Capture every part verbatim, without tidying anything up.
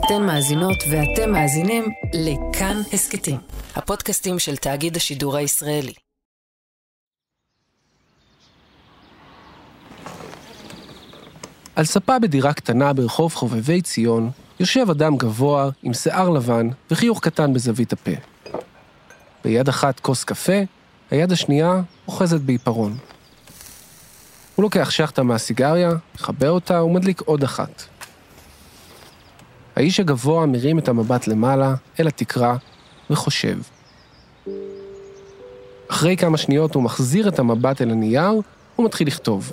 אתן מאזינות ואתם מאזינים לכאן הסקטים, הפודקאסטים של תאגיד השידור הישראלי. על ספה בדירה קטנה ברחוב חובבי ציון, יושב אדם גבוה עם שיער לבן וחיוך קטן בזווית הפה. ביד אחת כוס קפה, היד השנייה אוחזת בעיפרון. הוא לוקח שחטה מהסיגריה, מחבר אותה ומדליק עוד אחת. האיש הגבוה מרים את המבט למעלה, אל התקרה, וחושב. אחרי כמה שניות הוא מחזיר את המבט אל הנייר, ומתחיל לכתוב.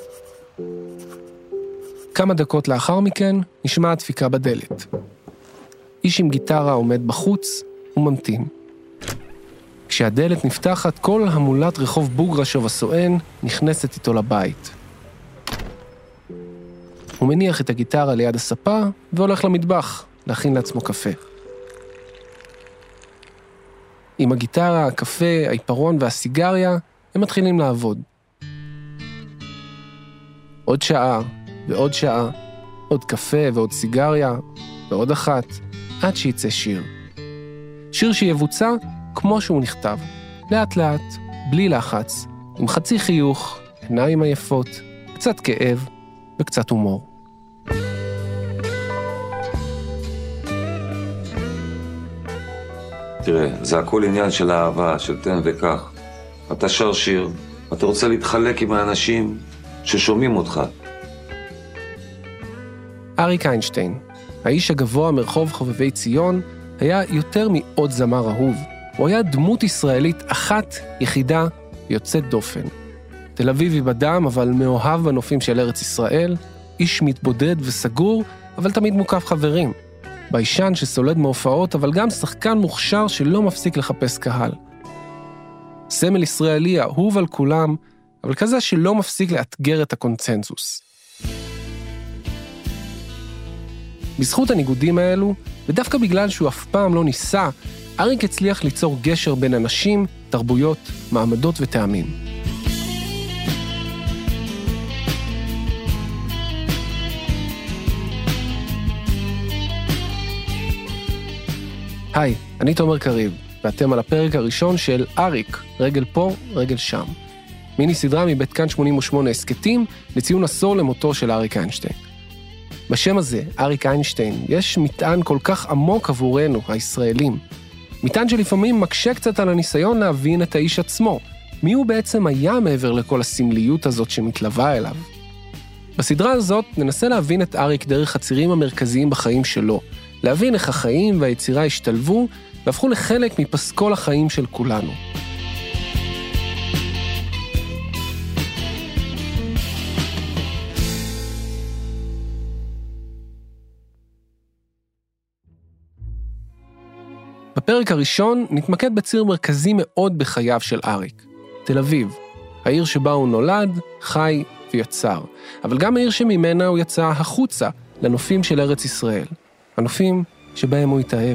כמה דקות לאחר מכן נשמע דפיקה בדלת. איש עם גיטרה עומד בחוץ וממתין. כשהדלת נפתחת, כל המולת רחוב בוגרשוב הסואן נכנסת איתו לבית. הוא מניח את הגיטרה ליד הספה והולך למטבח להכין לעצמו קפה. עם הגיטרה, הקפה, העיפרון והסיגריה, הם מתחילים לעבוד. עוד שעה ועוד שעה, עוד קפה ועוד סיגריה ועוד אחת, עד שיצא שיר. שיר שיבוצע כמו שהוא נכתב, לאט לאט, בלי לחץ, עם חצי חיוך, עיניים עייפות, קצת כאב וקצת הומור. תראה, זה הכל עניין של אהבה, של תן וכך. אתה שר שיר, אתה רוצה להתחלק עם האנשים ששומעים אותך. אריק איינשטיין, האיש הגבוה מרחוב חובבי ציון, היה יותר מעוד זמר אהוב. הוא היה דמות ישראלית אחת, יחידה, יוצאת דופן. תל אביבי בדם, אבל מאוהב בנופים של ארץ ישראל, איש מתבודד וסגור, אבל תמיד מוקף חברים. ביישן שסולד מהופעות, אבל גם שחקן מוכשר שלא מפסיק לחפש קהל. סמל ישראלי אהוב על כולם, אבל כזה שלא מפסיק לאתגר את הקונצנזוס. בזכות הניגודים האלו, ודווקא בגלל שהוא אף פעם לא ניסה, אריק הצליח ליצור גשר בין אנשים, תרבויות, מעמדות וטעמים. היי, אני תומר קריב, ואתם על הפרק הראשון של אריק, רגל פה, רגל שם. מיני סדרה מבית כאן שמונים ושמונה הסקטים לציון עשור למותו של אריק איינשטיין. בשם הזה, אריק איינשטיין, יש מטען כל כך עמוק עבורנו, הישראלים. מטען שלפעמים מקשה קצת על הניסיון להבין את האיש עצמו. מי הוא בעצם היה מעבר לכל הסמליות הזאת שמתלווה אליו? בסדרה הזאת ננסה להבין את אריק דרך הצירים המרכזיים בחיים שלו, להבין איך החיים והיצירה השתלבו והפכו לחלק מפסקול החיים של כולנו. בפרק הראשון נתמקד בציר מרכזי מאוד בחייו של אריק, תל אביב, העיר שבה הוא נולד, חי ויצר, אבל גם העיר שממנה הוא יצא החוצה לנופים של ארץ ישראל, הנופים שבהם הוא התאהב.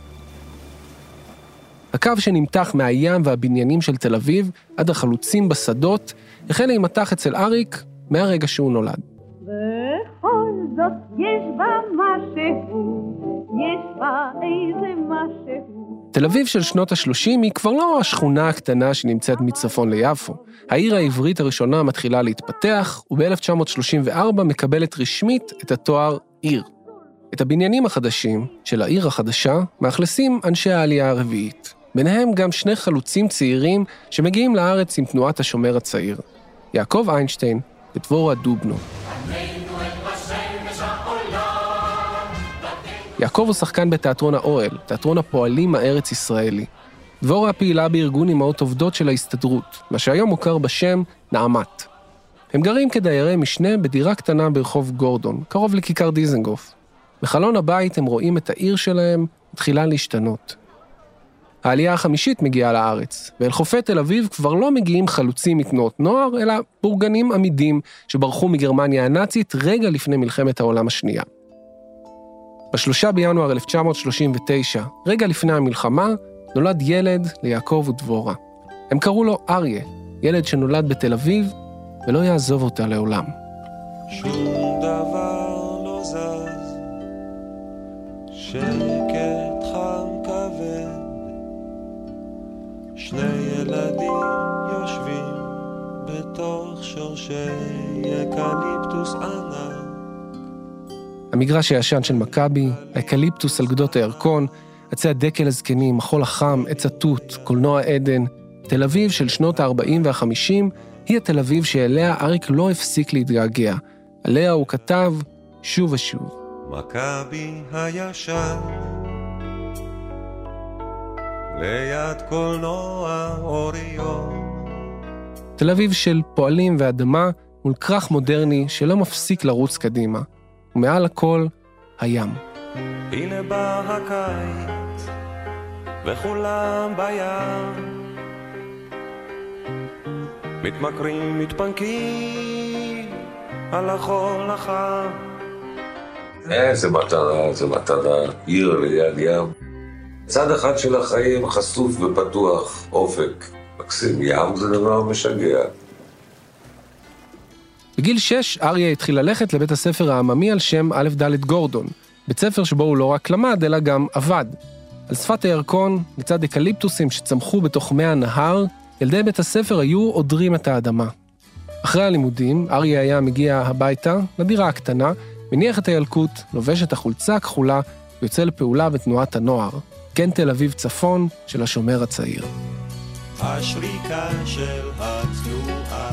הקו שנמתח מהים והבניינים של תל אביב עד החלוצים בשדות, החל להימתח אצל אריק מהרגע שהוא נולד. בכל זאת יש בה משהו, יש בה איזה משהו. תל אביב של שנות ה-שלושים היא כבר לא השכונה הקטנה שנמצאת מצפון ליפו. העיר העברית הראשונה מתחילה להתפתח, וב-אלף תשע מאות שלושים וארבע מקבלת רשמית את התואר עיר. את הבניינים החדשים של העיר החדשה מאכלסים אנשי העלייה הרביעית. ביניהם גם שני חלוצים צעירים שמגיעים לארץ עם תנועת השומר הצעיר. יעקב איינשטיין ודבורה דובנו. יעקב הוא שחקן בתיאטרון האוהל, תיאטרון הפועלים הארץ ישראלי. דבורה פעילה בארגון אמהות עובדות של ההסתדרות, מה שהיום מוכר בשם נעמת. הם גרים כדיירי משנה בדירה קטנה ברחוב גורדון, קרוב לכיכר דיזנגוף. בחלון הבית הם רואים את העיר שלהם מתחילה להשתנות. העלייה החמישית מגיעה לארץ, ואל חופי תל אביב כבר לא מגיעים חלוצים מתנועות נוער, אלא בורגנים עמידים שברחו מגרמניה הנאצית רגע לפני מלחמת העולם השנייה. בשלושה בינואר אלף תשע מאות שלושים ותשע, רגע לפני המלחמה, נולד ילד ליעקב ודבורה. הם קראו לו אריה, ילד שנולד בתל אביב, ולא יעזוב אותה לעולם. שום דבר לא זז, שקט חם כבד, שני ילדים יושבים בתוך שורשי אקליפטוס ענק. המגרש הישן של מכבי, האקליפטוס על גדות הירקון, עצי הדקל הזקנים, החול החם, עץ התות, קולנוע עדן, תל אביב של שנות ה-ארבעים וה-חמישים, היא התל אביב שאליה אריק לא הפסיק להתגעגע. עליה הוא כתב שוב ושוב. מכבי הישן, ליד קולנוע אוריון. תל אביב של פועלים ואדמה מול כרך מודרני שלא מפסיק לרוץ קדימה. ומעל הכל, הים. הנה בא הקיץ, וכולם בים. מתמכרים, מתפנקים, על החול החם. איזה מטרה, איזה מטרה, עיר ליד ים. צד אחד של החיים חשוף ופתוח, אופק. מקסים, ים זה דבר משגע. בגיל שש, אריה התחיל ללכת לבית הספר העממי על שם א' ד' גורדון, בית ספר שבו הוא לא רק למד, אלא גם עבד. על שפת הירקון, לצד אקליפטוסים שצמחו בתוך מי הנהר, ילדי בית הספר היו עודרים את האדמה. אחרי הלימודים, אריה היה מגיע הביתה, לדירה הקטנה, מניח את הילקוט, לובש את החולצה הכחולה, ויוצא לפעולה בתנועת הנוער, כן תל אביב צפון של השומר הצעיר. השריקה של התנועה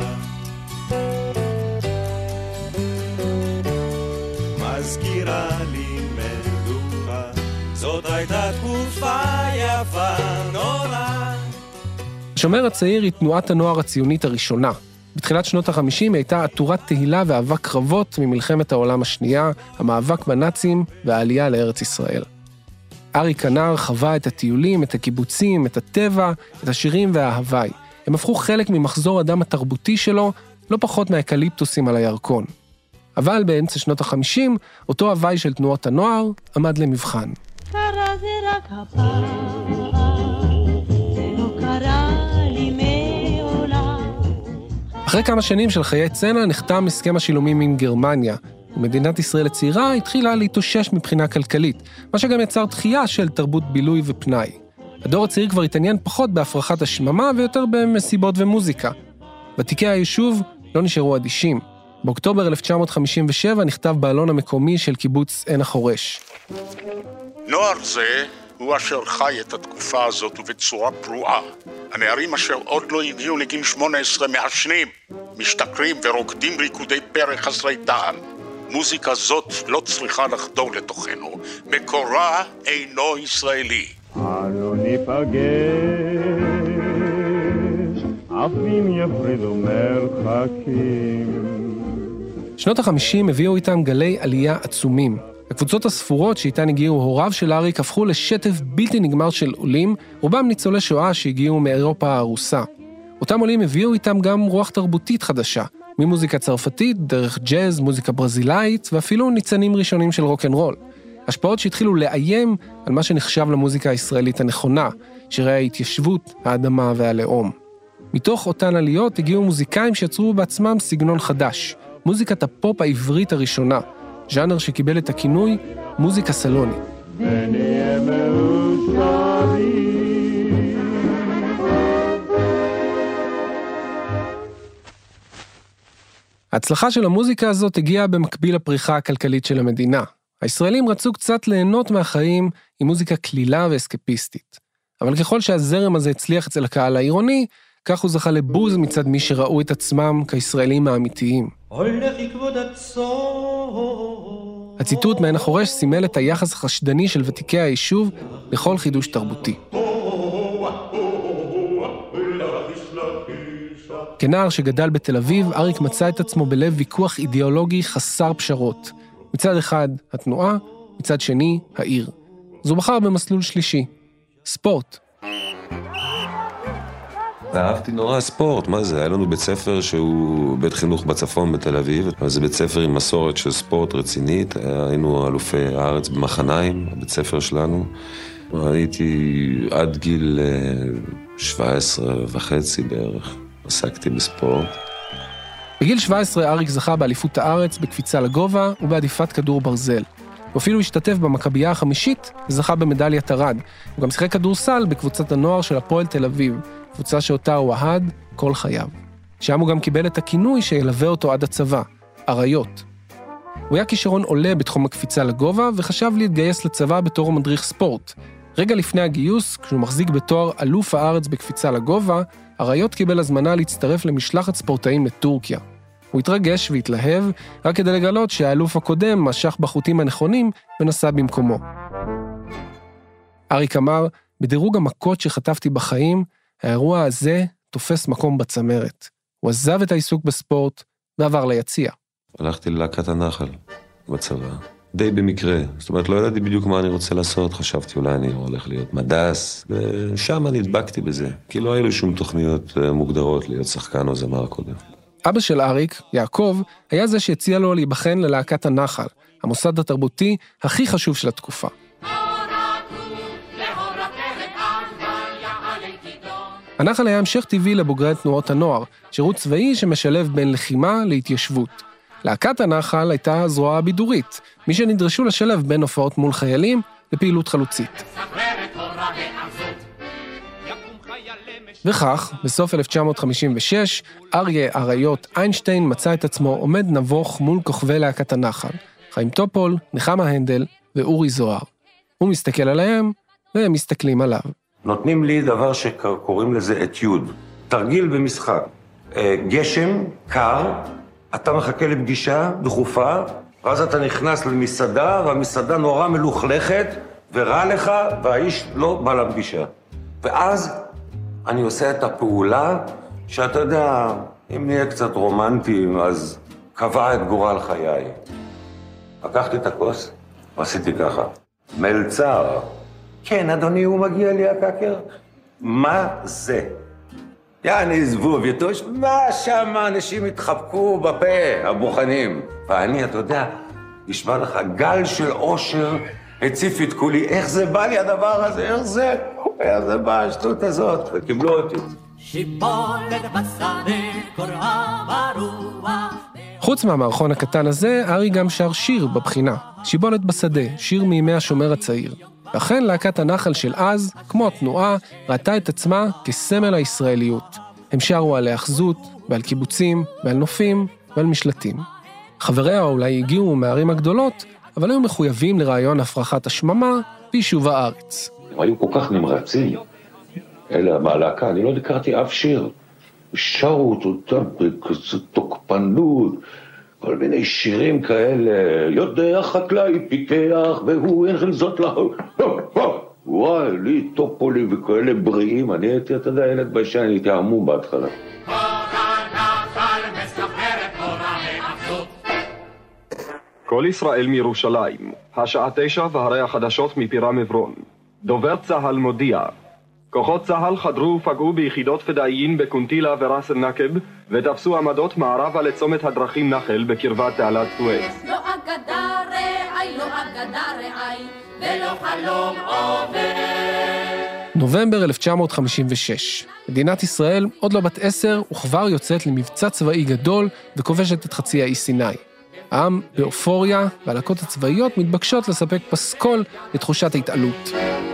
מזכירה לי מדוכה, זאת הייתה תקופה יפה נורא. השומר הצעיר היא תנועת הנוער הציונית הראשונה. בתחילת שנות ה-חמישים הייתה עטורת תהילה ואבק קרבות ממלחמת העולם השנייה, המאבק בנאצים והעלייה לארץ ישראל. אריק הנער חווה את הטיולים, את הקיבוצים, את הטבע, את השירים וההוואי. הם הפכו חלק ממחזור הדם התרבותי שלו, לא פחות מהאקליפטוסים על הירקון. אבל באמצע שנות ה-חמישים, אותו הוואי של תנועות הנוער עמד למבחן. קרה זה רק הפעם, זה לא קרה לי מעולם. אחרי כמה שנים של חיי צנע נחתם הסכם השילומים עם גרמניה, ומדינת ישראל הצעירה התחילה להתאושש מבחינה כלכלית, מה שגם יצר דחייה של תרבות בילוי ופנאי. הדור הצעיר כבר התעניין פחות בהפרחת השממה ויותר במסיבות ומוזיקה. ותיקי היישוב לא נשארו אדישים. באוקטובר אלף תשע מאות חמישים ושבע נכתב בעלון המקומי של קיבוץ עין החורש. נוער זה הוא אשר חי את התקופה הזאת ובצורה פרועה. הנערים אשר עוד לא הגיעו לגיל שמונה עשרה מעשנים, משתכרים ורוקדים ריקודי פרק חסרי טעם. מוזיקה זאת לא צריכה לחדור לתוכנו, מקורה אינו ישראלי. אנו ניפגש, עפים יפרידו מרחקים. שנות ה-חמישים הביאו איתם גלי עלייה עצומים. הקבוצות הספורות שאיתן הגיעו הוריו של אריק הפכו לשטף בלתי נגמר של עולים, רובם ניצולי שואה שהגיעו מאירופה הרוסה. אותם עולים הביאו איתם גם רוח תרבותית חדשה, ממוזיקה צרפתית, דרך ג'אז, מוזיקה ברזילאית, ואפילו ניצנים ראשונים של רוק'נ'רול. השפעות שהתחילו לאיים על מה שנחשב למוזיקה הישראלית הנכונה, שירי ההתיישבות, האדמה והלאום. מתוך אותן עליות הגיעו מוזיקאים שיצרו בעצמם סגנון חדש, מוזיקת הפופ העברית הראשונה, ז'אנר שקיבל את הכינוי מוזיקה סלוני. ההצלחה של המוזיקה הזאת הגיעה במקביל לפריחה הכלכלית של המדינה. הישראלים רצו קצת ליהנות מהחיים עם מוזיקה כלילה ואסקפיסטית. אבל ככל שהזרם הזה הצליח אצל הקהל העירוני, כך הוא זכה לבוז מצד מי שראו את עצמם כישראלים האמיתיים. הציטוט מעין החורש סימל את היחס החשדני של ותיקי היישוב לכל חידוש תרבותי. כנער שגדל בתל אביב, אריק מצא את עצמו בלב ויכוח אידיאולוגי חסר פשרות. מצד אחד, התנועה, מצד שני, העיר. אז הוא בחר במסלול שלישי, ספורט. אהבתי נורא ספורט, מה זה? היה לנו בית ספר שהוא בית חינוך בצפון בתל אביב, אבל זה בית ספר עם מסורת של ספורט רצינית, היינו אלופי הארץ במחניים, הבית ספר שלנו. הייתי עד גיל שבע עשרה וחצי בערך, עסקתי בספורט. בגיל שבע עשרה אריק זכה באליפות הארץ, בקפיצה לגובה ובעדיפת כדור ברזל. הוא אפילו השתתף במכבייה החמישית וזכה במדליית ארד. הוא גם שיחק כדורסל בקבוצת הנוער של הפועל תל אביב, קבוצה שאותה הוא אהד כל חייו. שם הוא גם קיבל את הכינוי שילווה אותו עד הצבא, אריות. הוא היה כישרון עולה בתחום הקפיצה לגובה וחשב להתגייס לצבא בתור מדריך ספורט. רגע לפני הגיוס, כשהוא מחזיק בתואר אלוף הארץ בקפיצה לגובה, אריות קיבל הזמנה להצטרף למשלחת ספורטאים לטורקיה. הוא התרגש והתלהב, רק כדי לגלות שהאלוף הקודם משך בחוטים הנכונים ונסע במקומו. אריק אמר, בדירוג המכות שחטפתי בחיים, האירוע הזה תופס מקום בצמרת. הוא עזב את העיסוק בספורט ועבר ליציע. הלכתי ללהקת הנחל בצבא, די במקרה. זאת אומרת, לא ידעתי בדיוק מה אני רוצה לעשות, חשבתי אולי אני הולך להיות מדס, ושם נדבקתי בזה. כי לא היו לי שום תוכניות מוגדרות להיות שחקן או זמר קודם. אבא של אריק, יעקב, היה זה שהציע לו להיבחן ללהקת הנחל, המוסד התרבותי הכי חשוב של התקופה. הנחל היה המשך טבעי לבוגרי תנועות הנוער, שירות צבאי שמשלב בין לחימה להתיישבות. להקת הנחל הייתה זרוע הבידורית, מי שנדרשו לשלב בין הופעות מול חיילים לפעילות חלוצית. וכך, בסוף אלף תשע מאות חמישים ושש, אריה אריות איינשטיין מצא את עצמו עומד נבוך מול כוכבי להקת הנחל, חיים טופול, נחמה הנדל ואורי זוהר. הוא מסתכל עליהם, והם מסתכלים עליו. נותנים לי דבר שקוראים לזה אתיוד, תרגיל במשחק. גשם, קר, אתה מחכה לפגישה דחופה, ואז אתה נכנס למסעדה, והמסעדה נורא מלוכלכת, ורע לך, והאיש לא בא לפגישה. ואז אני עושה את הפעולה, שאתה יודע, אם נהיה קצת רומנטיים, אז קבע את גורל חיי. לקחתי את הכוס, ועשיתי ככה. מלצר. כן, אדוני, הוא מגיע לי הקקר. מה זה? יעני זבוב יתוש, מה שם אנשים התחבקו בפה, הבוחנים. ואני, אתה יודע, ישמע לך גל של אושר, הציף את כולי, איך זה בא לי הדבר הזה, איך זה, איך זה בא השטות הזאת, וקיבלו אותי. שיבולת בשדה קוראה ברוח. חוץ מהמערכון הקטן הזה, ארי גם שר שיר בבחינה, שיבולת בשדה, שיר מימי השומר הצעיר. ואכן להקת הנחל של אז, כמו התנועה, ראתה את עצמה כסמל הישראליות. הם שרו על האחזות, ועל קיבוצים, ועל נופים, ועל משלטים. חבריה אולי הגיעו מהערים הגדולות, אבל היו מחויבים לרעיון הפרחת השממה ביישוב הארץ. הם היו כל כך נמרצים. אלה מהלהקה, אני לא הכרתי אף שיר. שרו אותה בכזאת תוקפנות, כל מיני שירים כאלה, יודע חקלאי פיקח, והוא אין זאת לה... וואי, לי טופולים וכאלה בריאים, אני הייתי, אתה יודע, ילד בישן, אני הייתי עמום בהתחלה. כל ישראל מירושלים, השעה תשע והרי החדשות מפירה מברון. דובר צהל מודיע, כוחות צהל חדרו ופגעו ביחידות פדאיין בקונטילה וראס אל-נקב, ותפסו עמדות מערבה לצומת הדרכים נחל בקרבת תעלת סואץ. לא אגדה רעי, לא אגדה רעי, ולא חלום עובר. נובמבר אלף תשע מאות חמישים ושש. מדינת ישראל עוד לא בת עשר וכבר יוצאת למבצע צבאי גדול וכובשת את חצי האי סיני. העם באופוריה והלהקות הצבאיות מתבקשות לספק פסקול לתחושת ההתעלות.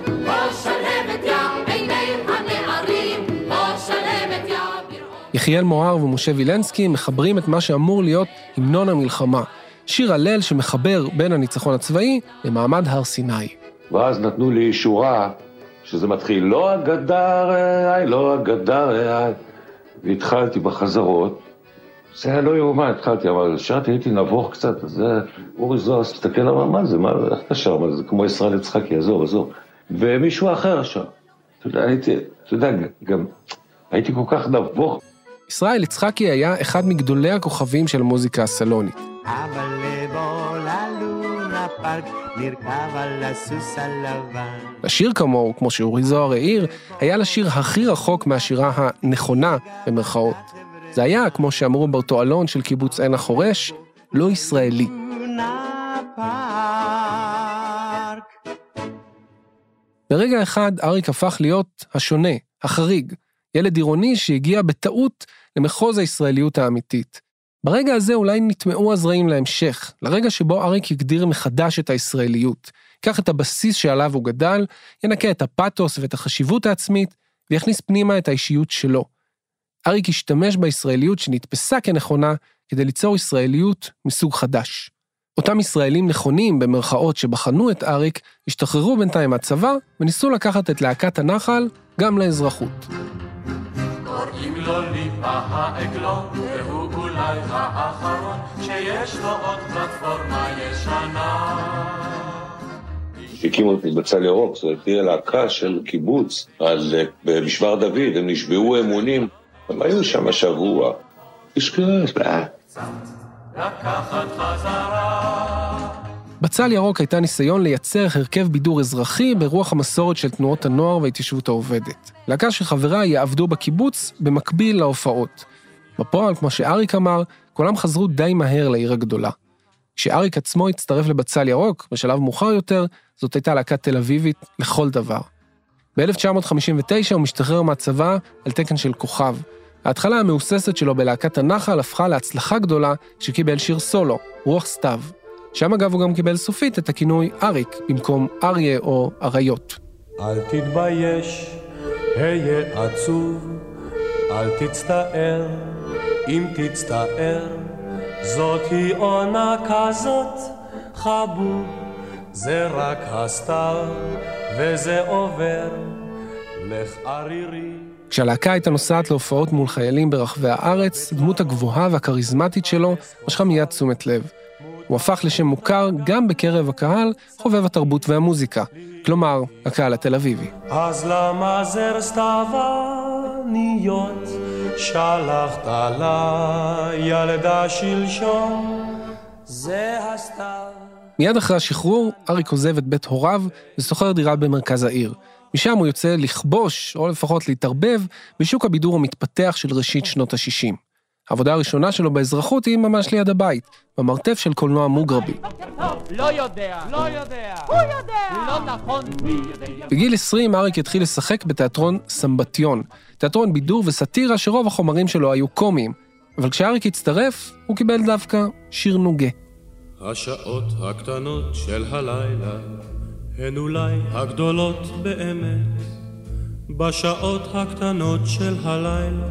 יחיאל מוהר ומשה וילנסקי מחברים את מה שאמור להיות המנון המלחמה, שיר הלל שמחבר בין הניצחון הצבאי למעמד הר סיני. ואז נתנו לי שורה שזה מתחיל, לא אגדה רעי, לא אגדה רעי, והתחלתי בחזרות. זה היה לא יאומן, התחלתי, אבל שרתי, הייתי נבוך קצת, אז אורי זוהר, תסתכל על מה זה, מה, איך אתה שר, זה כמו ישראל יצחקי, עזור, עזור. ומישהו אחר שם. אתה יודע, הייתי, אתה יודע, גם הייתי כל כך נבוך. ישראל יצחקי היה אחד מגדולי הכוכבים של המוזיקה הסלונית. אבל לבוא ללונה פארק, נרכב על הסוס הלבן. לשיר כמוהו, כמו שאורי זוהר העיר, היה לשיר הכי רחוק מהשירה הנכונה במרכאות. זה היה, כמו שאמרו באותו אלון של קיבוץ עין החורש, לא ישראלי. ברגע אחד אריק הפך להיות השונה, החריג, ילד עירוני שהגיע בטעות למחוז הישראליות האמיתית. ברגע הזה אולי נטמעו הזרעים להמשך, לרגע שבו אריק יגדיר מחדש את הישראליות, ייקח את הבסיס שעליו הוא גדל, ינקה את הפאתוס ואת החשיבות העצמית, ויכניס פנימה את האישיות שלו. אריק ישתמש בישראליות שנתפסה כנכונה, כדי ליצור ישראליות מסוג חדש. אותם ישראלים נכונים במרכאות שבחנו את אריק, השתחררו בינתיים מהצבא, וניסו לקחת את להקת הנחל גם לאזרחות. קוראים לו ליפה העגלון, והוא אולי האחרון, שיש לו עוד פלטפורמה ישנה. הקימו את בצל ירוק, זאת תהיה להקה של קיבוץ, על במשמר דוד, הם נשבעו אמונים, הם היו שם השבוע. תשכח, לקחת חזרה. בצל ירוק הייתה ניסיון לייצר הרכב בידור אזרחי ברוח המסורת של תנועות הנוער וההתיישבות העובדת. להקה שחברה יעבדו בקיבוץ במקביל להופעות. בפועל, כמו שאריק אמר, כולם חזרו די מהר לעיר הגדולה. כשאריק עצמו הצטרף לבצל ירוק, בשלב מאוחר יותר, זאת הייתה להקה תל אביבית לכל דבר. ב-אלף תשע מאות חמישים ותשע הוא משתחרר מהצבא על תקן של כוכב. ההתחלה המאוססת שלו בלהקת הנחל הפכה להצלחה גדולה שקיבל שיר סולו, רוח סתיו. שם אגב הוא גם קיבל סופית את הכינוי אריק, במקום אריה או אריות. אל תתבייש, היה עצוב, אל תצטער, אם תצטער, זאת היא עונה כזאת, חבוב, זה רק הסתיו, וזה עובר, לך ערירי. כשהלהקה הייתה נוסעת להופעות מול חיילים ברחבי הארץ, דמות הגבוהה והקריזמטית שלו משכה מיד תשומת לב. הוא הפך לשם מוכר גם בקרב הקהל חובב התרבות והמוזיקה, כלומר, הקהל התל אביבי. אז למה זר סתיווניות שלחת לה ילדה שלשום, זה הסתיו. מיד אחרי השחרור, אריק עוזב את בית הוריו ושוכר דירה במרכז העיר. משם הוא יוצא לכבוש, או לפחות להתערבב, בשוק הבידור המתפתח של ראשית שנות ה-שישים. העבודה הראשונה שלו באזרחות היא ממש ליד הבית, במרתף של קולנוע מוגרבי. לא יודע, לא יודע, הוא יודע, לא נכון. בגיל עשרים אריק התחיל לשחק בתיאטרון סמבטיון, תיאטרון בידור וסטירה שרוב החומרים שלו היו קומיים, אבל כשאריק הצטרף, הוא קיבל דווקא שיר נוגה. השעות הקטנות של הלילה הן אולי הגדולות באמת, בשעות הקטנות של הלילה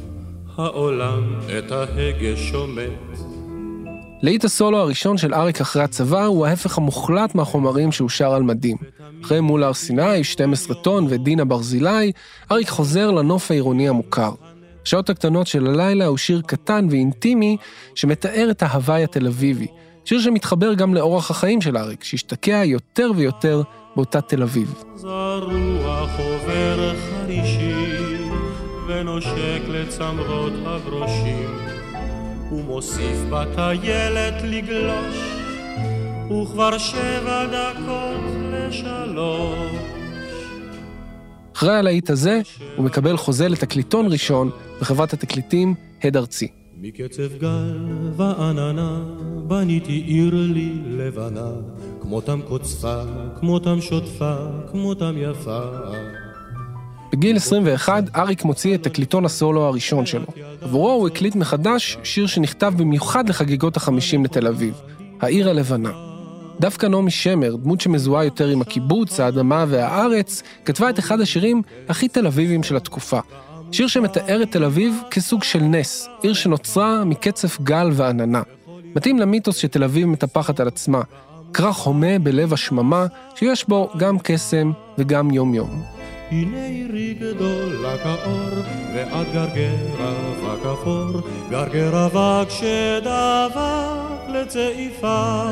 העולם את ההגה שומט. להיט הסולו הראשון של אריק אחרי הצבא הוא ההפך המוחלט מהחומרים שהוא שר על מדים. אחרי מול הר סיני, שתים עשרה טון ודינה ברזילי, אריק חוזר לנוף העירוני המוכר. השעות הקטנות של הלילה הוא שיר קטן ואינטימי שמתאר את ההוואי התל אביבי. שיר שמתחבר גם לאורח החיים של אריק, שהשתקע יותר ויותר באותה תל אביב. זרוח עובר חרישי ונושק לצמרות הברושים, ומוסיף בטיילת לגלוש, וכבר שבע דקות לשלוש. אחרי הלהיט הזה, הוא מקבל חוזה לתקליטון ראשון בחברת התקליטים הד ארצי. מקצב גל ועננה בניתי עיר לי לבנה, כמותם קוצפה, כמותם שוטפה, כמותם יפה. בגיל עשרים ואחת אריק מוציא את תקליטון הסולו הראשון שלו. עבורו הוא הקליט מחדש שיר שנכתב במיוחד לחגיגות החמישים לתל אביב, העיר הלבנה. דווקא נעמי שמר, דמות שמזוהה יותר עם הקיבוץ, האדמה והארץ, כתבה את אחד השירים הכי תל אביביים של התקופה. שיר שמתאר את תל אביב כסוג של נס, עיר שנוצרה מקצף גל ועננה. מתאים למיתוס שתל אביב מטפחת על עצמה, כרך הומה בלב השממה, שיש בו גם קסם וגם יום יום. הנה עירי גדולה כאור, ועד גרגר אבק אפור, גרגר אבק שדבק לצעיפה.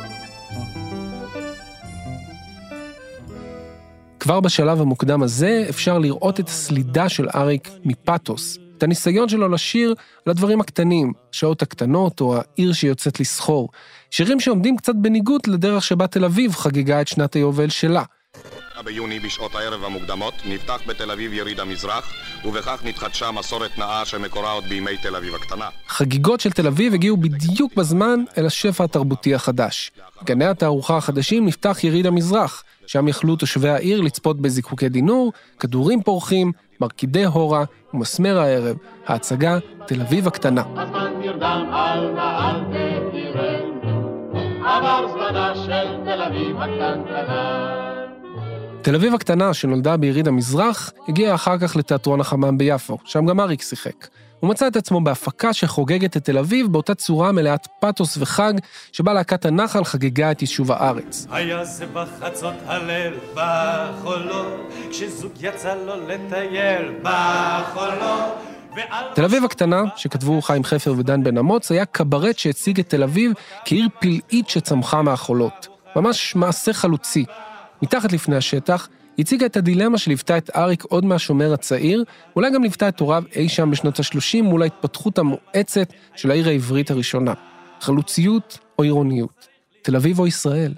כבר בשלב המוקדם הזה אפשר לראות את הסלידה של אריק מפאתוס, את הניסיון שלו לשיר על הדברים הקטנים, שעות הקטנות או העיר שיוצאת לסחור, שירים שעומדים קצת בניגוד לדרך שבה תל אביב חגיגה את שנת היובל שלה. ביוני בשעות הערב המוקדמות נפתח בתל אביב יריד המזרח, ובכך נתחדשה מסורת נאה שמקורה עוד בימי תל אביב הקטנה. חגיגות של תל אביב הגיעו בדיוק בזמן אל השפע התרבותי החדש. גני התערוכה החדשים נפתח יריד המזרח, שם יכלו תושבי העיר לצפות בזיקוקי דינור, כדורים פורחים, מרקידי הורה ומסמר הערב, ההצגה תל אביב הקטנה. נרדם על נעל תירנו, עבר זמנה של תל אביב הקטנטנה. תל אביב הקטנה, שנולדה ביריד המזרח, הגיעה אחר כך לתיאטרון החמם ביפו, שם גם אריק שיחק. הוא מצא את עצמו בהפקה שחוגגת את תל אביב באותה צורה מלאת פאתוס וחג, שבה להקת הנחל חגגה את יישוב הארץ. היה זה בחצות הליל בחולות, כשזוג יצא לו לטייל בחולות. תל אביב הקטנה, שכתבו חיים חפר ודן בן אמוץ, היה קברט שהציג את תל אביב כעיר פלאית שצמחה מהחולות. ממש מעשה חלוצי. מתחת לפני השטח, הציגה את הדילמה שליוותה את אריק עוד מהשומר הצעיר, ואולי גם ליוותה את הוריו אי שם בשנות ה-שלושים מול ההתפתחות המואצת של העיר העברית הראשונה. חלוציות או עירוניות. תל אביב או ישראל.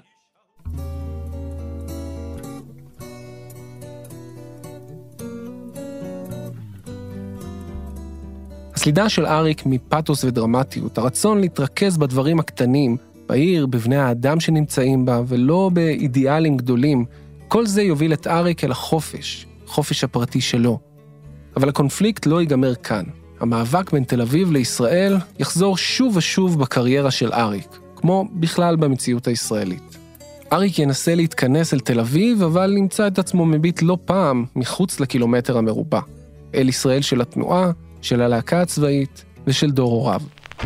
הסלידה של אריק מפאתוס ודרמטיות, הרצון להתרכז בדברים הקטנים, בעיר, בבני האדם שנמצאים בה, ולא באידיאלים גדולים, כל זה יוביל את אריק אל החופש, חופש הפרטי שלו. אבל הקונפליקט לא ייגמר כאן. המאבק בין תל אביב לישראל יחזור שוב ושוב בקריירה של אריק, כמו בכלל במציאות הישראלית. אריק ינסה להתכנס אל תל אביב, אבל נמצא את עצמו מביט לא פעם מחוץ לקילומטר המרובע. אל ישראל של התנועה, של הלהקה הצבאית ושל דור הוריו.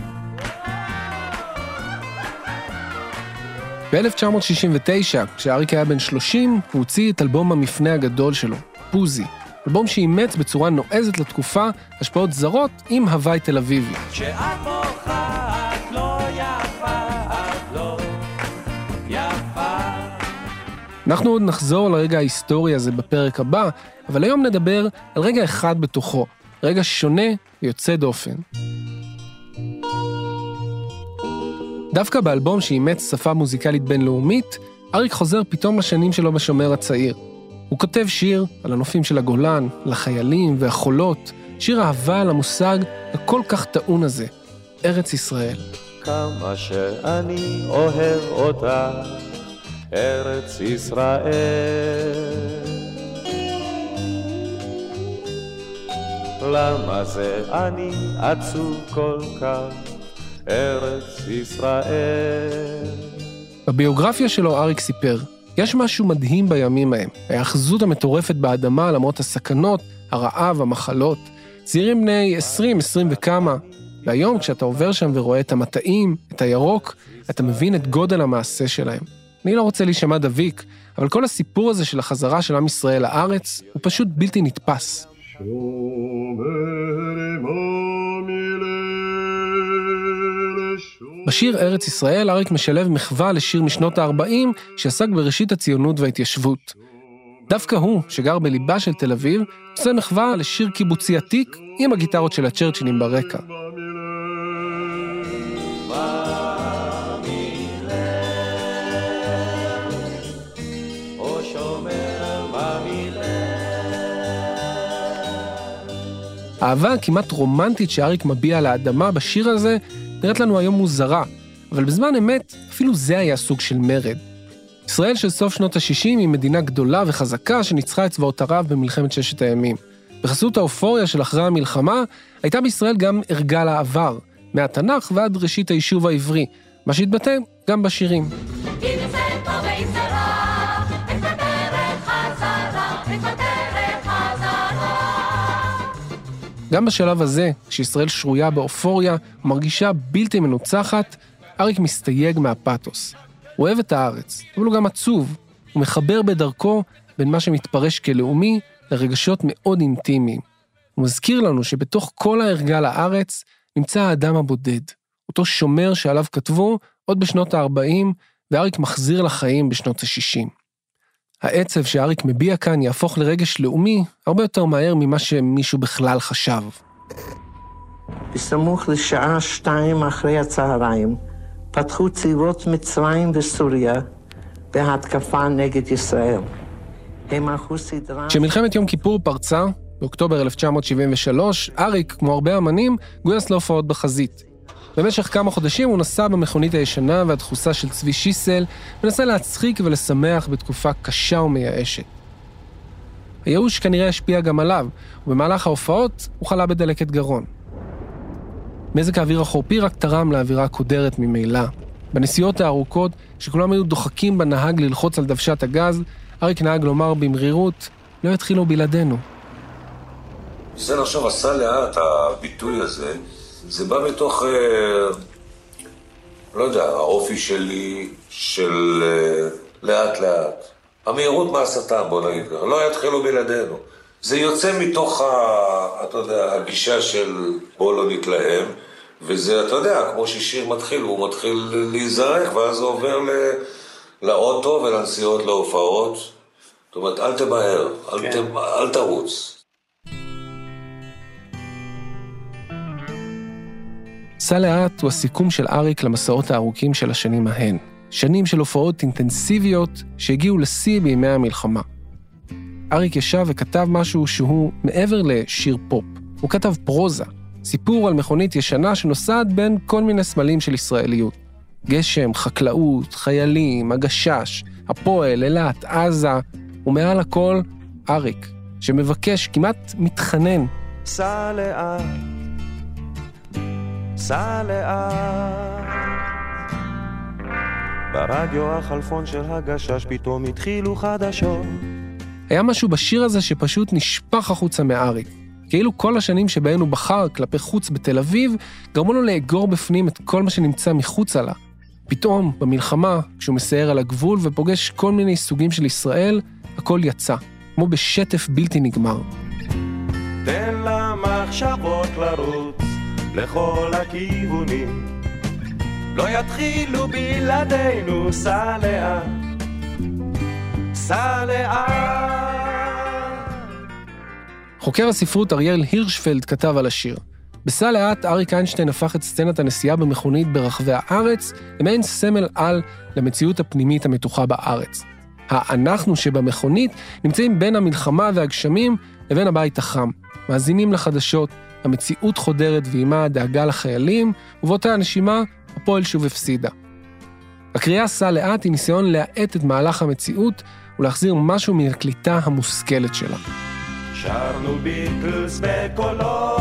ב-אלף תשע מאות שישים ותשע, כשאריק היה בן שלושים, הוא הוציא את אלבום המפנה הגדול שלו, פוזי. אלבום שאימץ בצורה נועזת לתקופה השפעות זרות עם הוואי תל אביבי. כשאת בוכה, את לא יפה, את לא יפה. אנחנו עוד נחזור לרגע ההיסטורי הזה בפרק הבא, אבל היום נדבר על רגע אחד בתוכו, רגע שונה ויוצא דופן. דווקא באלבום שאימץ שפה מוזיקלית בינלאומית, אריק חוזר פתאום לשנים שלו בשומר הצעיר. הוא כותב שיר על הנופים של הגולן, לחיילים והחולות, שיר אהבה על המושג הכל כך טעון הזה, ארץ ישראל. כמה שאני אוהב אותה, ארץ ישראל. למה זה אני עצוב כל כך, ארץ ישראל. בביוגרפיה שלו אריק סיפר, יש משהו מדהים בימים ההם, ההאחזות המטורפת באדמה למרות הסכנות, הרעב, המחלות, צעירים בני עשרים, עשרים וכמה, והיום כשאתה עובר שם ורואה את המטעים, את הירוק, אתה מבין את גודל המעשה שלהם. אני לא רוצה להישמע דביק, אבל כל הסיפור הזה של החזרה של עם ישראל לארץ, הוא פשוט בלתי נתפס. בשיר ארץ ישראל, אריק משלב מחווה לשיר משנות ה-ארבעים שעסק בראשית הציונות וההתיישבות. דווקא הוא, שגר בליבה של תל אביב, עושה מחווה לשיר קיבוצי עתיק עם הגיטרות של הצ'רצ'ילים ברקע. האהבה כמעט רומנטית שאריק מביע לאדמה בשיר הזה נראית לנו היום מוזרה, אבל בזמן אמת אפילו זה היה סוג של מרד. ישראל של סוף שנות ה-שישים היא מדינה גדולה וחזקה שניצחה את צבאות ערב במלחמת ששת הימים. בחסות האופוריה של אחרי המלחמה הייתה בישראל גם ערגה לעבר, מהתנ"ך ועד ראשית היישוב העברי, מה שהתבטא גם בשירים. גם בשלב הזה, כשישראל שרויה באופוריה ומרגישה בלתי מנוצחת, אריק מסתייג מהפאתוס. הוא אוהב את הארץ, אבל הוא גם עצוב. הוא מחבר בדרכו בין מה שמתפרש כלאומי לרגשות מאוד אינטימיים. הוא מזכיר לנו שבתוך כל הערגה לארץ נמצא האדם הבודד, אותו שומר שעליו כתבו עוד בשנות ה-ארבעים, ואריק מחזיר לחיים בשנות ה-שישים. העצב שאריק מביע כאן יהפוך לרגש לאומי הרבה יותר מהר ממה שמישהו בכלל חשב. בסמוך לשעה שתיים אחרי הצהריים, פתחו צבאות מצרים וסוריה בהתקפה נגד ישראל. הם ערכו סדרה... כשמלחמת יום כיפור פרצה, באוקטובר אלף תשע מאות שבעים ושלוש, אריק, כמו הרבה אמנים, גויס להופעות בחזית. במשך כמה חודשים הוא נסע במכונית הישנה והדחוסה של צבי שיסל, ונסה להצחיק ולשמח בתקופה קשה ומייאשת. הייאוש כנראה השפיע גם עליו, ובמהלך ההופעות הוא חלה בדלקת גרון. מזג האוויר החורפי רק תרם לאווירה הקודרת ממילא. בנסיעות הארוכות, שכולם היו דוחקים בנהג ללחוץ על דוושת הגז, אריק נהג לומר במרירות, לא יתחילו בלעדינו. זה עכשיו עשה לאט, הביטוי הזה, זה בא מתוך, אה, לא יודע, האופי שלי, של אה, לאט לאט. המהירות מהסתה, בוא נגיד, לא יתחילו בלעדינו. זה יוצא מתוך, ה, אתה יודע, הגישה של בוא לא נתלהם, וזה, אתה יודע, כמו ששיר מתחיל, הוא מתחיל להיזרק, ואז הוא עובר ל, לאוטו ולנסיעות להופעות. זאת אומרת, אל תמהר, אל, כן. ת, אל תרוץ. סע לאט הוא הסיכום של אריק למסעות הארוכים של השנים ההן. שנים של הופעות אינטנסיביות שהגיעו לשיא בימי המלחמה. אריק ישב וכתב משהו שהוא מעבר לשיר פופ. הוא כתב פרוזה, סיפור על מכונית ישנה שנוסעת בין כל מיני סמלים של ישראליות. גשם, חקלאות, חיילים, הגשש, הפועל, אילת, עזה, ומעל הכל אריק, שמבקש, כמעט מתחנן. סע לאט, סע לאט. ברדיו החלפון של הגשש פתאום התחילו חדשות. היה משהו בשיר הזה שפשוט נשפך החוצה מאריק. כאילו כל השנים שבהן הוא בחר כלפי חוץ בתל אביב, גרמו לו לאגור בפנים את כל מה שנמצא מחוץ לה. פתאום, במלחמה, כשהוא מסייר על הגבול ופוגש כל מיני סוגים של ישראל, הכל יצא, כמו בשטף בלתי נגמר. תן למחשבות לרוץ לכל הכיוונים, לא יתחילו בלעדינו, סע לאט, סע לאט. חוקר הספרות אריאל הירשפלד כתב על השיר. בסע לאט אריק איינשטיין הפך את סצנת הנסיעה במכונית ברחבי הארץ למעין סמל על למציאות הפנימית המתוחה בארץ. האנחנו שבמכונית נמצאים בין המלחמה והגשמים לבין הבית החם. מאזינים לחדשות, המציאות חודרת ועימה הדאגה לחיילים, ובאותה הנשימה הפועל שוב הפסידה. הקריאה סע לאט היא ניסיון להאט את מהלך המציאות ולהחזיר משהו מן הקליטה המושכלת שלה. שרנו ביטלס בקולו,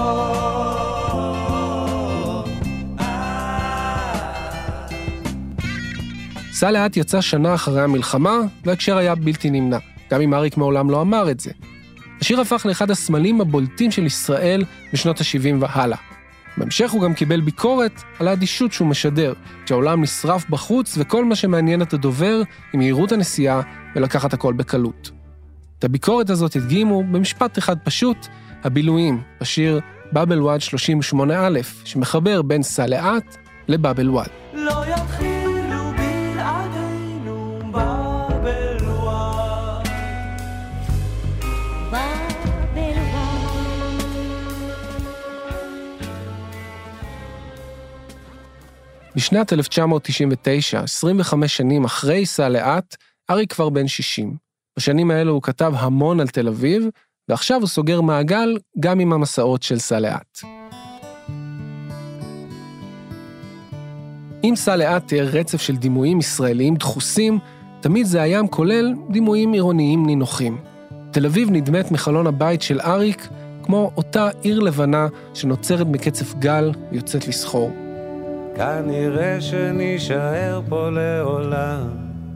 סע לאט יצא שנה אחרי המלחמה, והקשר היה בלתי נמנע, גם אם אריק מעולם לא אמר את זה. השיר הפך לאחד הסמלים הבולטים של ישראל בשנות ה-שבעים והלאה. בהמשך הוא גם קיבל ביקורת על האדישות שהוא משדר, שהעולם נשרף בחוץ וכל מה שמעניין את הדובר עם מהירות הנסיעה ולקחת הכל בקלות. את הביקורת הזאת הדגימו במשפט אחד פשוט, הבילויים, בשיר באבל וואד שלושים ושמונה א', שמחבר בין סע לאט לבאבל וואד. לא יתחילו בלעדינו באבל וואד, באבל וואד. בשנת אלף תשע מאות תשעים ותשע, עשרים וחמש שנים אחרי סע לאט, אריק כבר בן שישים. בשנים האלו הוא כתב המון על תל אביב, ועכשיו הוא סוגר מעגל גם עם המסעות של סע לאט. אם סע לאט תהיה רצף של דימויים ישראליים דחוסים, תמיד זה הים כולל דימויים עירוניים נינוחים. תל אביב נדמת מחלון הבית של אריק, כמו אותה עיר לבנה שנוצרת מקצף גל ויוצאת לסחור. כנראה שנשאר פה לעולם,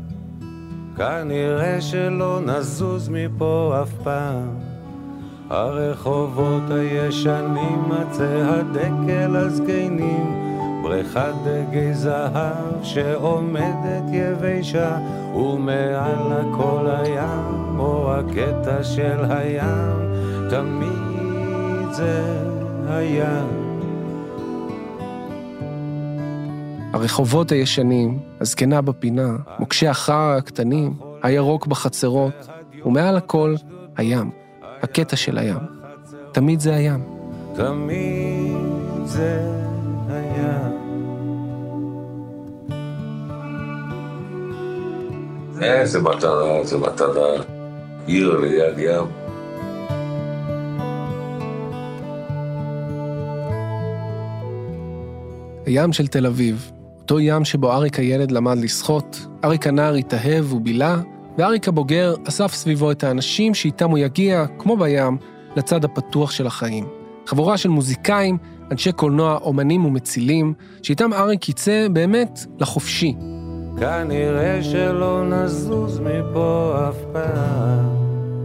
כנראה שלא נזוז מפה אף פעם. הרחובות הישנים, עצי הדקל הזקנים, בריכת דגי זהב שעומדת יבשה, ומעל הכל הים, או הקטע של הים, תמיד זה הים. הרחובות הישנים, הזקנה בפינה, מוקשי החר הקטנים, הירוק בחצרות, ומעל הכל הים, הקטע של הים. תמיד זה הים. תמיד זה הים. איזה מתנה, איזה מתנה, עיר ליד ים. הים של תל אביב, אותו ים שבו אריק הילד למד לשחות, אריק הנער התאהב ובילה, ואריק הבוגר אסף סביבו את האנשים שאיתם הוא יגיע, כמו בים, לצד הפתוח של החיים. חבורה של מוזיקאים, אנשי קולנוע, אומנים ומצילים, שאיתם אריק יצא באמת לחופשי. כנראה שלא נזוז מפה אף פעם.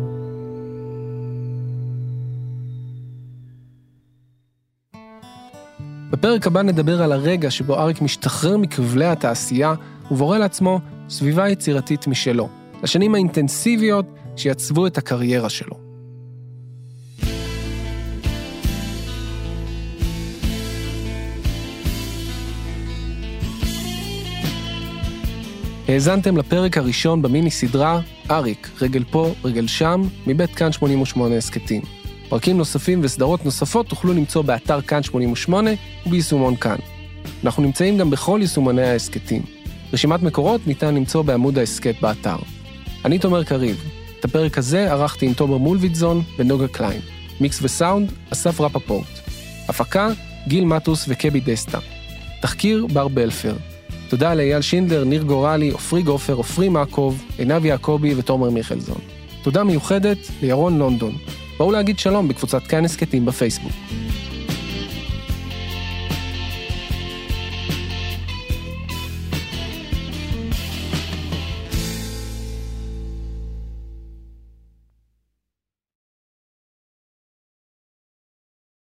בפרק הבא נדבר על הרגע שבו אריק משתחרר מכבלי התעשייה ובורא לעצמו סביבה יצירתית משלו, לשנים האינטנסיביות שיצבו את הקריירה שלו. האזנתם לפרק הראשון במיני סדרה אריק, רגל פה, רגל שם, מבית כאן שמונים ושמונה הסקטים. פרקים נוספים וסדרות נוספות תוכלו למצוא באתר כאן שמונים ושמונה וביישומון כאן. אנחנו נמצאים גם בכל יישומוני ההסקטים. רשימת מקורות ניתן למצוא בעמוד ההסקט באתר. אני תומר קריב. את הפרק הזה ערכתי עם תומר מולביטזון ונוגה קליין. מיקס וסאונד, אסף רפפורט. הפקה, גיל מטוס וקבי דסטה. תחקיר, בר בלפר. תודה לאייל שינדלר, ניר גורלי, אופרי גופר, אופרי מעקוב, עינב יעקובי ותומר מיכלזון. תודה מיוחדת לירון לונדון. בואו להגיד שלום בקבוצת כאן הסקטים בפייסבוק.